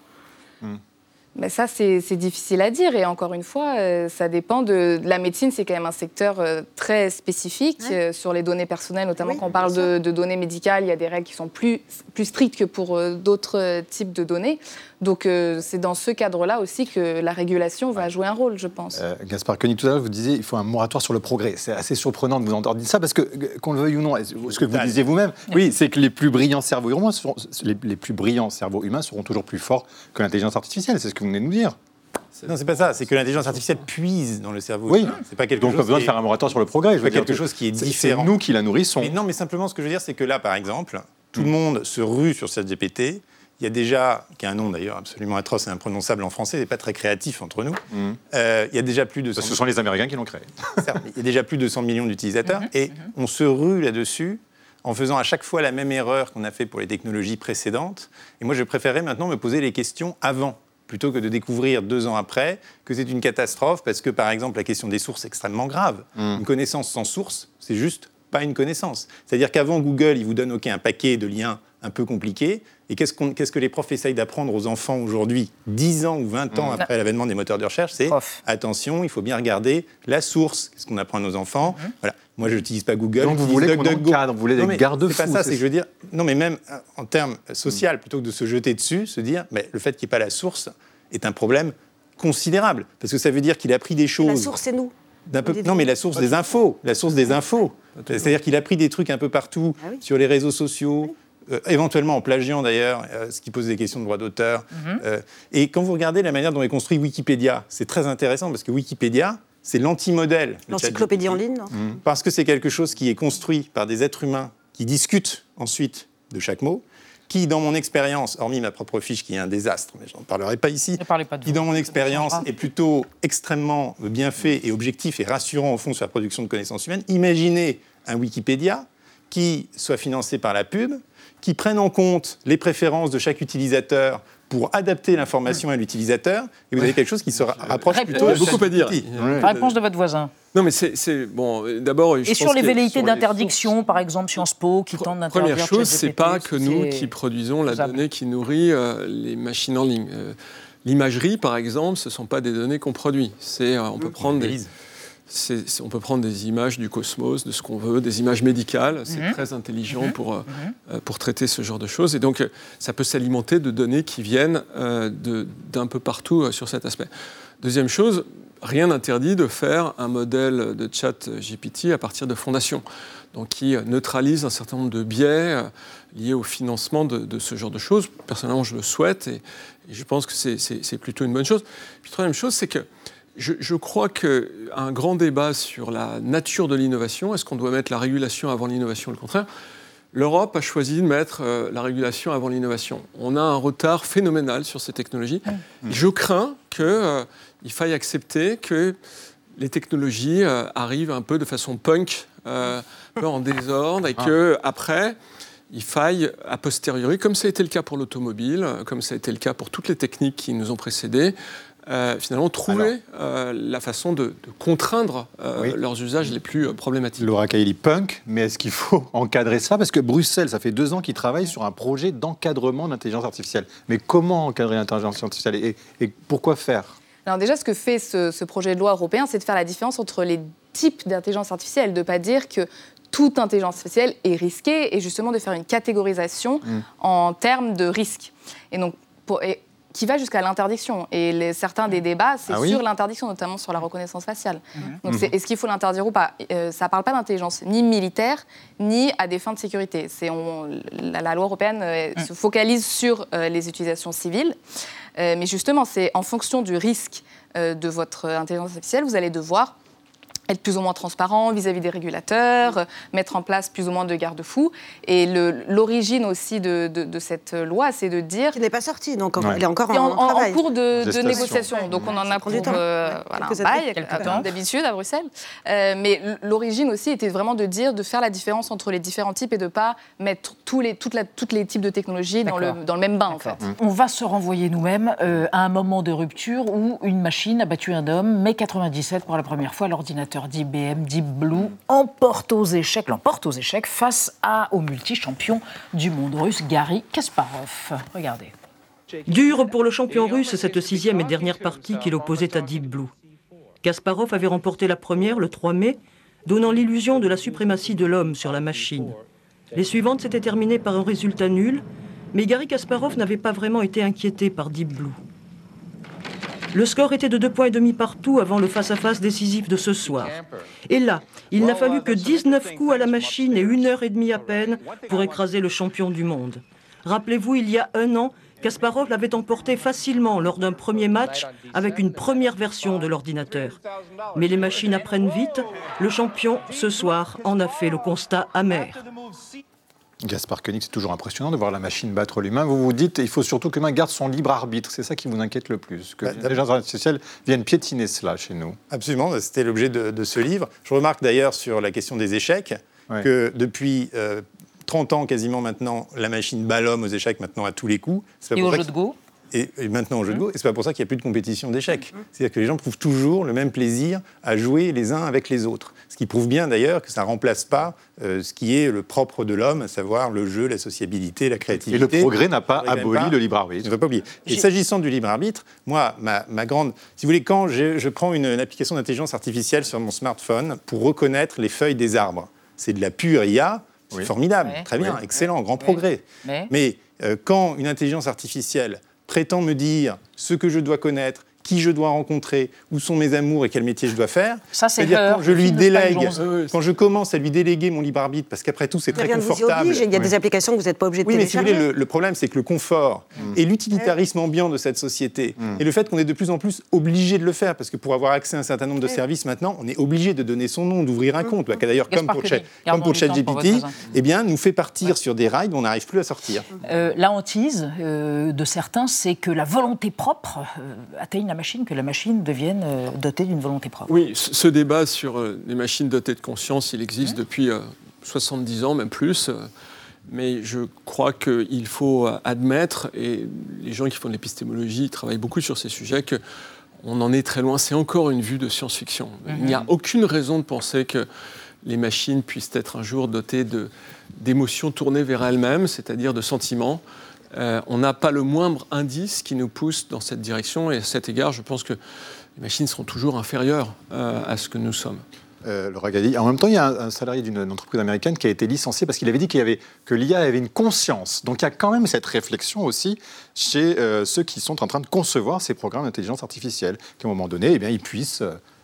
Mais ça, c'est difficile à dire. Et encore une fois, ça dépend de la médecine. C'est quand même un secteur très spécifique sur les données personnelles, notamment quand on parle de données médicales. Il y a des règles qui sont plus strictes que pour d'autres types de données. Donc, c'est dans ce cadre-là aussi que la régulation va jouer un rôle, je pense. Gaspard Koenig, tout à l'heure, vous disiez qu'il faut un moratoire sur le progrès. C'est assez surprenant de vous entendre dire ça, parce que, qu'on le veuille ou non, ce que vous disiez vous-même, oui, c'est que les plus brillants cerveaux humains seront toujours plus forts que l'intelligence artificielle. C'est ce que vous venez de nous dire. Non, c'est pas ça. C'est que l'intelligence artificielle puise dans le cerveau. Oui. C'est pas quelque Donc, chose. on a besoin de faire un moratoire sur le progrès. C'est pas quelque chose qui est différent. C'est nous qui la nourrissons. Mais non, mais simplement, ce que je veux dire, c'est que là, par exemple, tout le monde se rue sur ChatGPT. Il y a déjà, qui a un nom d'ailleurs absolument atroce et imprononçable en français, et pas très créatif entre nous. Il y a déjà plus de... Ce sont les Américains qui l'ont créé. Certes, il y a déjà plus de 100 millions d'utilisateurs, et on se rue là-dessus en faisant à chaque fois la même erreur qu'on a fait pour les technologies précédentes. Et moi, je préférerais maintenant me poser les questions avant, plutôt que de découvrir 2 ans après que c'est une catastrophe, parce que, par exemple, la question des sources est extrêmement grave. Une connaissance sans source, c'est juste pas une connaissance. C'est-à-dire qu'avant, Google, il vous donne un paquet de liens un peu compliqués. Et qu'est-ce que les profs essayent d'apprendre aux enfants aujourd'hui, 10 ans ou 20 ans après l'avènement des moteurs de recherche? C'est attention, il faut bien regarder la source. Qu'est-ce qu'on apprend à nos enfants? Voilà. Moi, je n'utilise pas Google. Donc, vous voulez qu'on encadre, vous voulez des garde-fous. C'est pas ça, c'est que je veux dire... Non, mais même en termes sociaux, plutôt que de se jeter dessus, se dire, mais le fait qu'il n'y ait pas la source est un problème considérable. Parce que ça veut dire qu'il a pris des choses... La source, c'est nous. Non, mais la source des infos. La source des infos. C'est-à-dire qu'il a pris des trucs un peu partout, sur les réseaux sociaux, éventuellement en plagiant d'ailleurs, ce qui pose des questions de droit d'auteur. Et quand vous regardez la manière dont est construit Wikipédia, c'est très intéressant parce que Wikipédia, c'est l'anti-modèle. L'encyclopédie en ligne, non? Parce que c'est quelque chose qui est construit par des êtres humains qui discutent ensuite de chaque mot, qui, dans mon expérience, hormis ma propre fiche qui est un désastre, mais je n'en parlerai pas ici, qui, dans mon expérience, est plutôt extrêmement bien fait et objectif et rassurant, au fond, sur la production de connaissances humaines. Imaginez un Wikipédia qui soit financé par la pub, qui prenne en compte les préférences de chaque utilisateur pour adapter l'information à l'utilisateur, et vous avez quelque chose qui se rapproche plutôt de beaucoup à dire. Réponse de votre voisin. Non, mais c'est bon. D'abord, et sur les velléités d'interdiction, par exemple Sciences Po, qui tentent d'interdire. Première chose, c'est pas que nous qui produisons la donnée qui nourrit les machines en ligne. L'imagerie, par exemple, ce ne sont pas des données qu'on produit. On peut prendre on peut prendre des images du cosmos, de ce qu'on veut, des images médicales. C'est très intelligent pour traiter ce genre de choses. Et donc, ça peut s'alimenter de données qui viennent d'un peu partout sur cet aspect. Deuxième chose, rien n'interdit de faire un modèle de chat GPT à partir de fondations, donc qui neutralise un certain nombre de biais liés au financement de ce genre de choses. Personnellement, je le souhaite et je pense que c'est plutôt une bonne chose. Puis, troisième chose, c'est que Je crois qu'un grand débat sur la nature de l'innovation, est-ce qu'on doit mettre la régulation avant l'innovation ou le contraire ? L'Europe a choisi de mettre la régulation avant l'innovation. On a un retard phénoménal sur ces technologies. Je crains qu'il faille accepter que les technologies arrivent un peu de façon punk, un peu en désordre, et qu'après, il faille, a posteriori, comme ça a été le cas pour l'automobile, comme ça a été le cas pour toutes les techniques qui nous ont précédés, finalement trouver la façon de contraindre leurs usages les plus problématiques. Laura Kaili, punk, mais est-ce qu'il faut encadrer ça ? Parce que Bruxelles, ça fait 2 ans qu'ils travaillent sur un projet d'encadrement de l'intelligence artificielle. Mais comment encadrer l'intelligence artificielle et pourquoi faire ? Alors déjà, ce que fait ce projet de loi européen, c'est de faire la différence entre les types d'intelligence artificielle, de ne pas dire que toute intelligence artificielle est risquée, et justement de faire une catégorisation en termes de risques. Et donc, qui va jusqu'à l'interdiction. Et certains des débats, c'est sur l'interdiction, notamment sur la reconnaissance faciale. Donc, est-ce qu'il faut l'interdire ou pas ? Ça ne parle pas d'intelligence ni militaire, ni à des fins de sécurité. La loi européenne se focalise sur les utilisations civiles. Mais justement, c'est en fonction du risque de votre intelligence artificielle, vous allez devoir être plus ou moins transparent vis-à-vis des régulateurs, mettre en place plus ou moins de garde-fous. Et l'origine aussi de cette loi, c'est de dire... Qui n'est pas sortie, donc elle est encore en travail. En cours de négociation. Donc on en a pour un bail, d'habitude, à Bruxelles. Mais l'origine aussi était vraiment de faire la différence entre les différents types et de ne pas mettre tous les types de technologies dans le même bain, en fait. On va se renvoyer nous-mêmes à un moment de rupture où une machine a battu un homme, mai 97, pour la première fois, l'ordinateur d'IBM, Deep Blue, l'emporte aux échecs face au multi-champion du monde russe, Garry Kasparov. Regardez. Dur pour le champion russe, cette 6e et dernière partie qui l'opposait à Deep Blue. Kasparov avait remporté la première le 3 mai, donnant l'illusion de la suprématie de l'homme sur la machine. Les suivantes s'étaient terminées par un résultat nul, mais Garry Kasparov n'avait pas vraiment été inquiété par Deep Blue. Le score était de 2,5 points partout avant le face-à-face décisif de ce soir. Et là, il n'a fallu que 19 coups à la machine et 1h30 à peine pour écraser le champion du monde. Rappelez-vous, il y a 1 an, Kasparov l'avait emporté facilement lors d'un premier match avec une première version de l'ordinateur. Mais les machines apprennent vite. Le champion, ce soir, en a fait le constat amer. Gaspard Koenig, c'est toujours impressionnant de voir la machine battre l'humain. Vous vous dites, il faut surtout que l'humain garde son libre arbitre. C'est ça qui vous inquiète le plus, que l'intelligence artificielle vienne piétiner cela chez nous. Absolument, c'était l'objet de ce livre. Je remarque d'ailleurs sur la question des échecs que depuis 30 ans quasiment maintenant, la machine bat l'homme aux échecs maintenant à tous les coups. Et au jeu de Go ? Et maintenant au jeu de Go, et c'est pas pour ça qu'il n'y a plus de compétition d'échecs. C'est-à-dire que les gens trouvent toujours le même plaisir à jouer les uns avec les autres. Ce qui prouve bien d'ailleurs que ça ne remplace pas ce qui est le propre de l'homme, à savoir le jeu, la sociabilité, la créativité. Et le progrès n'a pas aboli le libre arbitre. Il ne faut pas oublier. Et s'agissant du libre arbitre, moi, ma grande... Si vous voulez, quand je prends une application d'intelligence artificielle sur mon smartphone pour reconnaître les feuilles des arbres, c'est de la pure IA, c'est formidable, très bien, excellent, grand progrès. Mais quand une intelligence artificielle prétend me dire ce que je dois connaître, qui je dois rencontrer, où sont mes amours et quel métier je dois faire. Ça, c'est quand je lui délègue, quand je commence à lui déléguer mon libre arbitre, parce qu'après tout, c'est très confortable. Il y a des applications que vous n'êtes pas obligé de télécharger. Mais si vous voulez, le problème, c'est que le confort et l'utilitarisme ambiant de cette société, et le fait qu'on est de plus en plus obligé de le faire, parce que pour avoir accès à un certain nombre de services maintenant, on est obligé de donner son nom, d'ouvrir un compte. D'ailleurs, comme pour ChatGPT, nous fait partir sur des rails dont on n'arrive plus à sortir. La hantise de certains, c'est que la volonté propre atteigne la machine, que la machine devienne dotée d'une volonté propre. Oui, ce débat sur les machines dotées de conscience, il existe depuis 70 ans, même plus. Mais je crois qu'il faut admettre, et les gens qui font de l'épistémologie travaillent beaucoup sur ces sujets, qu'on en est très loin. C'est encore une vue de science-fiction. Il n'y a aucune raison de penser que les machines puissent être un jour dotées d'émotions tournées vers elles-mêmes, c'est-à-dire de sentiments. On n'a pas le moindre indice qui nous pousse dans cette direction, et à cet égard, je pense que les machines seront toujours inférieures à ce que nous sommes. Laura Kaili, en même temps, il y a un salarié d'une entreprise américaine qui a été licencié parce qu'il avait dit que l'IA avait une conscience. Donc il y a quand même cette réflexion aussi chez ceux qui sont en train de concevoir ces programmes d'intelligence artificielle, qu'à un moment donné, ils puissent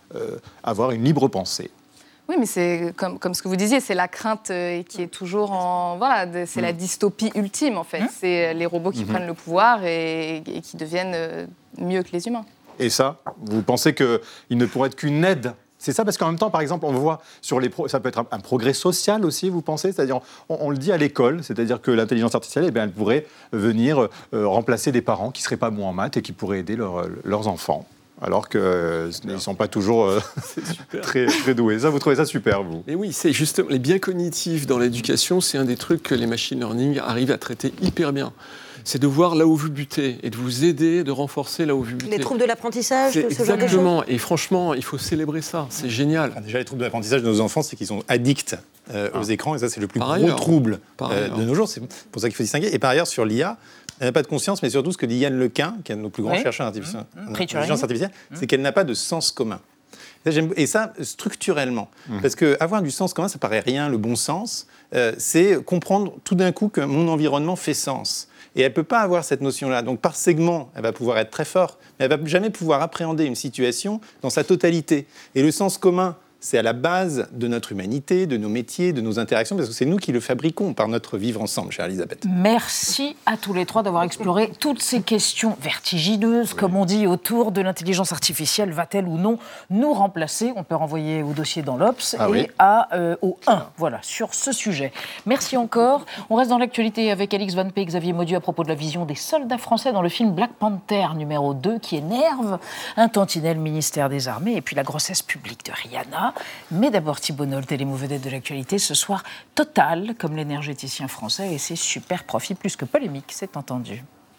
avoir une libre pensée. Oui, mais c'est comme ce que vous disiez, c'est la crainte qui est toujours c'est la dystopie ultime en fait. C'est les robots qui prennent le pouvoir et qui deviennent mieux que les humains. Et ça, vous pensez qu'il ne pourrait être qu'une aide ? C'est ça, parce qu'en même temps, par exemple, on voit sur ça peut être un progrès social aussi, vous pensez ? C'est-à-dire, on le dit à l'école, c'est-à-dire que l'intelligence artificielle, elle pourrait venir remplacer des parents qui ne seraient pas bons en maths et qui pourraient aider leurs enfants. Alors qu'ils ne sont pas toujours très, très doués. Ça, vous trouvez ça super, vous ? Et oui, c'est justement les biais cognitifs dans l'éducation, c'est un des trucs que les machine learning arrivent à traiter hyper bien. C'est de voir là où vous butez et de vous aider, de renforcer là où vous butez. Les troubles de l'apprentissage, ce genre de choses. Exactement. Et franchement, il faut célébrer ça. C'est génial. Déjà, les troubles de l'apprentissage de nos enfants, c'est qu'ils sont addicts aux écrans. Et ça, c'est le plus gros trouble de nos jours. C'est pour ça qu'il faut distinguer. Et par ailleurs, sur l'IA, elle n'a pas de conscience, mais surtout ce que dit Yann Lequin, qui est un de nos plus grands chercheurs en intelligence artificielle, c'est qu'elle n'a pas de sens commun. Et ça, structurellement. Parce qu'avoir du sens commun, ça paraît rien, le bon sens, c'est comprendre tout d'un coup que mon environnement fait sens. Et elle ne peut pas avoir cette notion-là. Donc, par segment, elle va pouvoir être très forte, mais elle ne va jamais pouvoir appréhender une situation dans sa totalité. Et le sens commun, c'est à la base de notre humanité, de nos métiers, de nos interactions, parce que c'est nous qui le fabriquons par notre vivre ensemble, chère Elisabeth. Merci à tous les trois d'avoir exploré toutes ces questions vertigineuses, comme on dit, autour de l'intelligence artificielle. Va-t-elle ou non nous remplacer ? On peut renvoyer au dossier dans l'Obs au 1, voilà, sur ce sujet. Merci encore. On reste dans l'actualité avec Alix Van P et Xavier Maudieu à propos de la vision des soldats français dans le film Black Panther numéro 2, qui énerve un tantinet le ministère des Armées, et puis la grossesse publique de Rihanna. Mais d'abord, Thibault Nolte et les mots vedettes de l'actualité. Ce soir, Total, comme l'énergéticien français, et ses super profits, plus que polémiques, c'est entendu.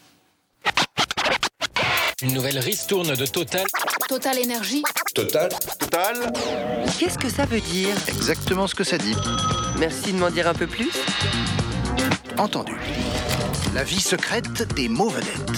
Une nouvelle ristourne de Total. Total Énergie. Total. Qu'est-ce que ça veut dire ? Exactement ce que ça dit. Merci de m'en dire un peu plus. Entendu. La vie secrète des mots vedettes.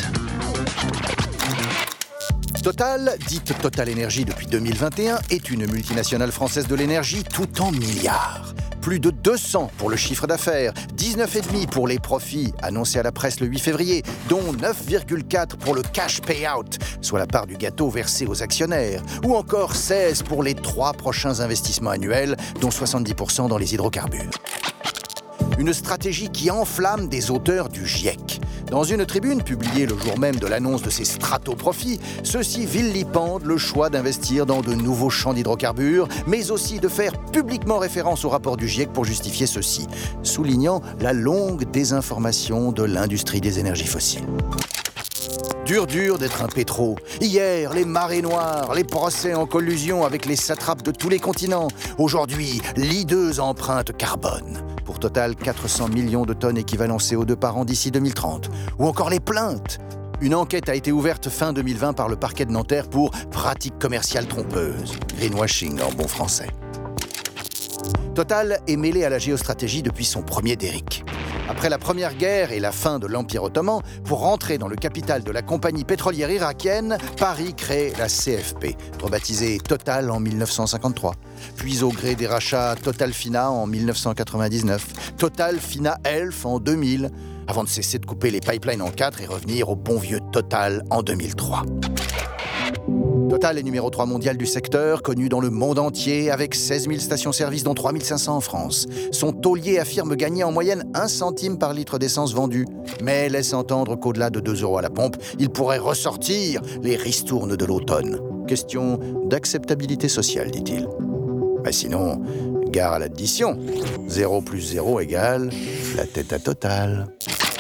Total, dite Total Énergie depuis 2021, est une multinationale française de l'énergie tout en milliards. Plus de 200 pour le chiffre d'affaires, 19,5 pour les profits annoncés à la presse le 8 février, dont 9,4 pour le cash payout, soit la part du gâteau versé aux actionnaires, ou encore 16 pour les 3 prochains investissements annuels, dont 70% dans les hydrocarbures. Une stratégie qui enflamme des auteurs du GIEC. Dans une tribune publiée le jour même de l'annonce de ces stratoprofits, ceux-ci vilipendent le choix d'investir dans de nouveaux champs d'hydrocarbures, mais aussi de faire publiquement référence au rapport du GIEC pour justifier ceci, soulignant la longue désinformation de l'industrie des énergies fossiles. Dur d'être un pétro. Hier, les marées noires, les procès en collusion avec les satrapes de tous les continents. Aujourd'hui, l'hideuse empreinte carbone. Pour Total, 400 millions de tonnes équivalent CO2 par an d'ici 2030. Ou encore les plaintes. Une enquête a été ouverte fin 2020 par le parquet de Nanterre pour pratiques commerciales trompeuses. Greenwashing en bon français. Total est mêlé à la géostratégie depuis son premier derrick. Après la Première Guerre et la fin de l'Empire ottoman, pour rentrer dans le capital de la compagnie pétrolière irakienne, Paris crée la CFP, rebaptisée Total en 1953. Puis au gré des rachats Total Fina en 1999, Total Fina Elf en 2000, avant de cesser de couper les pipelines en 4 et revenir au bon vieux Total en 2003. Total est numéro 3 mondial du secteur, connu dans le monde entier, avec 16 000 stations-service, dont 3 500 en France. Son taulier affirme gagner en moyenne 1 centime par litre d'essence vendue, mais laisse entendre qu'au-delà de 2 € à la pompe, il pourrait ressortir les ristournes de l'automne. Question d'acceptabilité sociale, dit-il. Mais sinon, gare à l'addition. 0 plus 0 égale la tête à Total.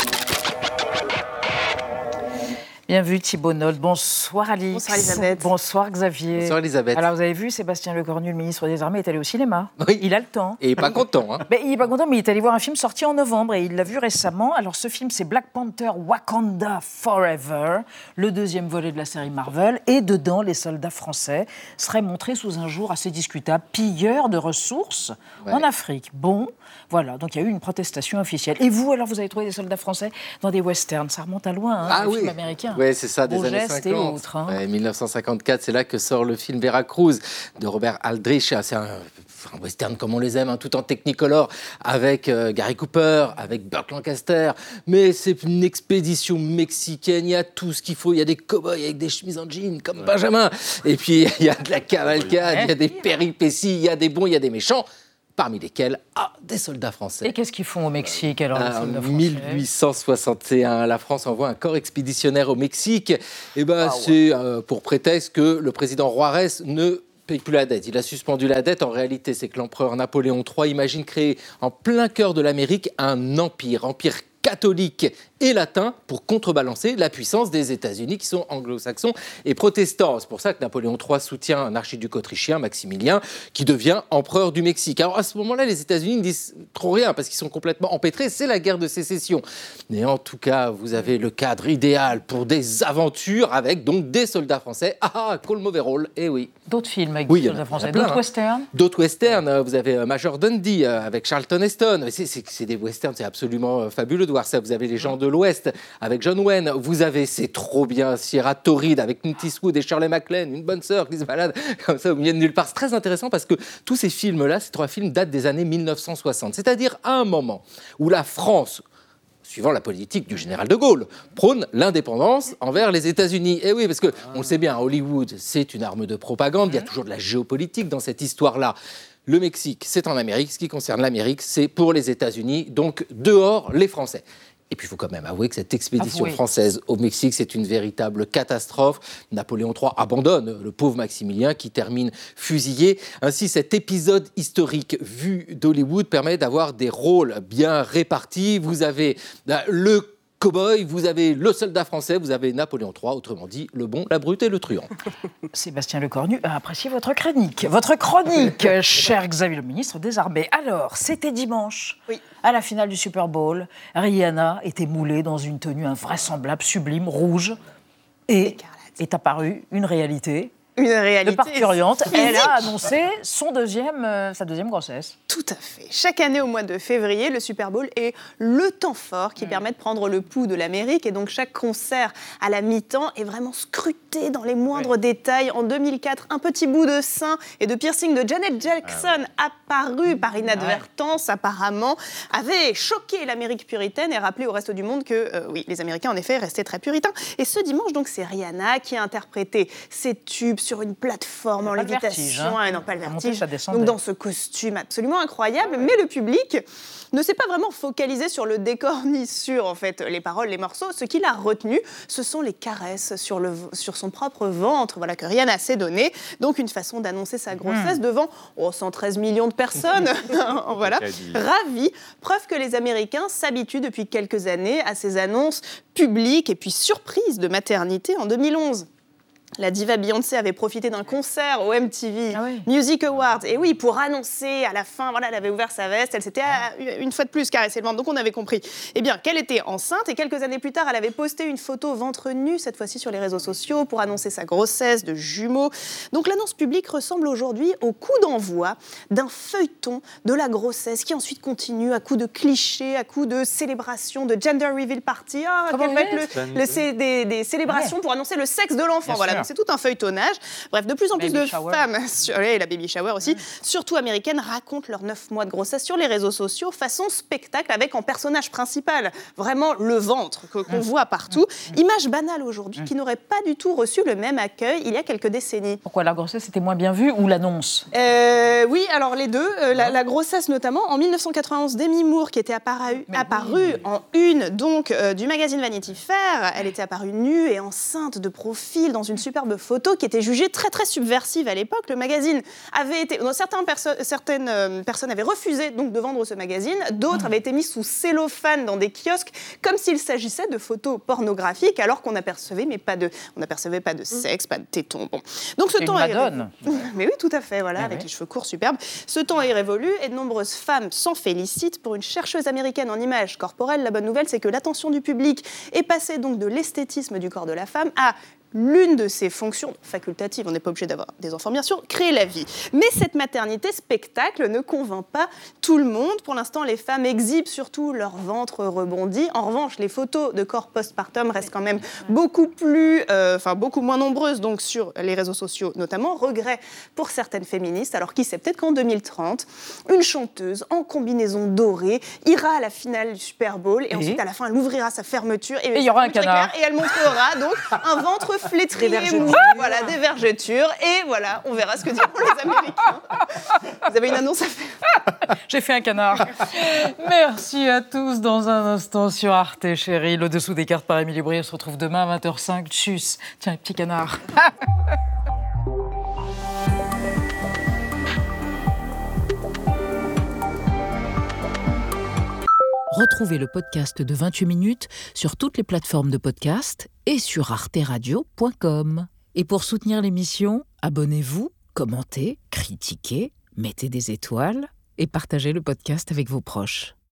Bien vu Thibault Nolte. Bonsoir Alix. Bonsoir Elisabeth. Bonsoir Xavier. Bonsoir Elisabeth. Alors vous avez vu, Sébastien Lecornu, le ministre des Armées, est allé au cinéma. Oui. Il a le temps. Et il n'est pas content. Hein. Mais il n'est pas content, mais il est allé voir un film sorti en novembre et il l'a vu récemment. Alors ce film, c'est Black Panther Wakanda Forever, le deuxième volet de la série Marvel. Et dedans, les soldats français seraient montrés sous un jour assez discutable, pilleurs de ressources en Afrique. Bon, voilà, donc il y a eu une protestation officielle. Et vous, alors, vous avez trouvé des soldats français dans des westerns. Ça remonte à loin, hein, les films américains. Oui, c'est ça, des années 50. Et autres, hein. Ouais, 1954, c'est là que sort le film Veracruz de Robert Aldrich. C'est un western comme on les aime, hein, tout en technicolor, avec Gary Cooper, avec Burt Lancaster. Mais c'est une expédition mexicaine, il y a tout ce qu'il faut. Il y a des cow-boys avec des chemises en jean, comme Benjamin. Et puis, il y a de la cavalcade, il y a des péripéties, il y a des bons, il y a des méchants. parmi lesquels des soldats français. Et qu'est-ce qu'ils font au Mexique alors, les soldats français ? En 1861, la France envoie un corps expéditionnaire au Mexique. Et c'est pour prétexte que le président Juárez ne paye plus la dette. Il a suspendu la dette. En réalité, c'est que l'empereur Napoléon III imagine créer en plein cœur de l'Amérique un empire catholique et latin pour contrebalancer la puissance des États-Unis qui sont anglo-saxons et protestants. C'est pour ça que Napoléon III soutient un archiduc autrichien, Maximilien, qui devient empereur du Mexique. Alors à ce moment-là, les États-Unis ne disent trop rien parce qu'ils sont complètement empêtrés. C'est la guerre de sécession. Mais en tout cas, vous avez le cadre idéal pour des aventures avec donc des soldats français. Colm-Overall, oui. D'autres films avec des soldats français, d'autres westerns. D'autres westerns. Vous avez Major Dundee avec Charlton Heston. C'est des westerns, c'est absolument fabuleux de voir ça. Vous avez Les gens de l'Ouest avec John Wayne. Vous avez, c'est trop bien, Sierra Torrid avec Clint Eastwood et Shirley MacLaine, une bonne sœur qui se balade comme ça au milieu de nulle part. C'est très intéressant parce que tous ces films-là, ces 3 films datent des années 1960. C'est-à-dire à un moment où la France, suivant la politique du général de Gaulle, prône l'indépendance envers les États-Unis. Et oui, parce que on le sait bien, Hollywood, c'est une arme de propagande. Il y a toujours de la géopolitique dans cette histoire-là. Le Mexique, c'est en Amérique. Ce qui concerne l'Amérique, c'est pour les États-Unis. Donc, dehors, les Français. Et puis, il faut quand même avouer que cette expédition française au Mexique, c'est une véritable catastrophe. Napoléon III abandonne le pauvre Maximilien qui termine fusillé. Ainsi, cet épisode historique vu d'Hollywood permet d'avoir des rôles bien répartis. Vous avez le cow-boy, vous avez le soldat français, vous avez Napoléon III, autrement dit, le bon, la brute et le truand. Sébastien Lecornu a apprécié votre chronique. Votre chronique, cher Xavier le ministre des Armées. Alors, c'était dimanche, à la finale du Super Bowl. Rihanna était moulée dans une tenue invraisemblable, sublime, rouge. Et est apparue une réalité. Une réalité de parturiente. Elle a annoncé sa deuxième grossesse. Tout à fait. Chaque année, au mois de février, le Super Bowl est le temps fort qui permet de prendre le pouls de l'Amérique. Et donc, chaque concert à la mi-temps est vraiment scruté dans les moindres détails. En 2004, un petit bout de sein et de piercing de Janet Jackson, apparu par inadvertance, apparemment, avait choqué l'Amérique puritaine et rappelé au reste du monde que, les Américains, en effet, restaient très puritains. Et ce dimanche, donc, c'est Rihanna qui a interprété ses tubes sur une plateforme en lévitation. Non, pas le vertige. Donc, dans ce costume absolument incroyable. Mais le public ne s'est pas vraiment focalisé sur le décor ni sur, en fait, les paroles, les morceaux. Ce qu'il a retenu, ce sont les caresses sur son propre ventre, que Rihanna s'est donné. Donc, une façon d'annoncer sa grossesse devant 113 millions de personnes. Ravis. Preuve que les Américains s'habituent depuis quelques années à ces annonces publiques et puis surprises de maternité. En 2011, la diva Beyoncé avait profité d'un concert au MTV Music Awards. Et oui, pour annoncer à la fin, elle avait ouvert sa veste, elle s'était une fois de plus caressé le ventre. Donc on avait compris qu'elle était enceinte. Et quelques années plus tard, elle avait posté une photo ventre nu, cette fois-ci sur les réseaux sociaux, pour annoncer sa grossesse de jumeaux. Donc l'annonce publique ressemble aujourd'hui au coup d'envoi d'un feuilleton de la grossesse qui ensuite continue à coups de clichés, à coups de célébrations, de gender reveal party. Quel va être des célébrations pour annoncer le sexe de l'enfant. Donc c'est tout un feuilletonnage. Bref, de plus en plus de femmes, et la baby shower aussi, surtout américaines, racontent leurs 9 mois de grossesse sur les réseaux sociaux façon spectacle avec en personnage principal vraiment le ventre qu'on voit partout. Image banale aujourd'hui qui n'aurait pas du tout reçu le même accueil il y a quelques décennies. Pourquoi la grossesse était moins bien vue ou l'annonce ? Oui, alors les deux. La grossesse notamment. En 1991, Demi Moore qui était apparue en une du magazine Vanity Fair. Elle était apparue nue et enceinte de profil dans une superbe photo qui était jugée très très subversive à l'époque. Le magazine avait été... certaines personnes avaient refusé donc de vendre ce magazine, d'autres avaient été mises sous cellophane dans des kiosques comme s'il s'agissait de photos pornographiques alors qu'on n'apercevait pas de sexe, pas de tétons. Bon. Donc ce temps est révolu. Mais oui, tout à fait, avec les cheveux courts superbes. Ce temps est révolu et de nombreuses femmes s'en félicitent. Pour une chercheuse américaine en images corporelles, la bonne nouvelle c'est que l'attention du public est passée donc de l'esthétisme du corps de la femme à l'une de ses fonctions facultatives, on n'est pas obligé d'avoir des enfants bien sûr, créer la vie. Mais cette maternité spectacle ne convainc pas tout le monde. Pour l'instant, les femmes exhibent surtout leur ventre rebondi. En revanche, les photos de corps postpartum restent quand même beaucoup moins nombreuses donc sur les réseaux sociaux notamment. Regret pour certaines féministes. Alors qui sait, peut-être qu'en 2030, une chanteuse en combinaison dorée ira à la finale du Super Bowl et ensuite à la fin elle ouvrira sa fermeture et il y aura un canard et elle montrera donc un ventre flétris, voilà, des vergetures. Et voilà, on verra ce que diront les Américains. Vous avez une annonce à faire? J'ai fait un canard. Merci à tous. Dans un instant sur Arte, chérie. Le dessous des cartes par Émilie Brie. On se retrouve demain à 20h05. Tchuss. Tiens, les petits canards. Retrouvez le podcast de 28 minutes sur toutes les plateformes de podcast et sur arteradio.com. Et pour soutenir l'émission, abonnez-vous, commentez, critiquez, mettez des étoiles et partagez le podcast avec vos proches.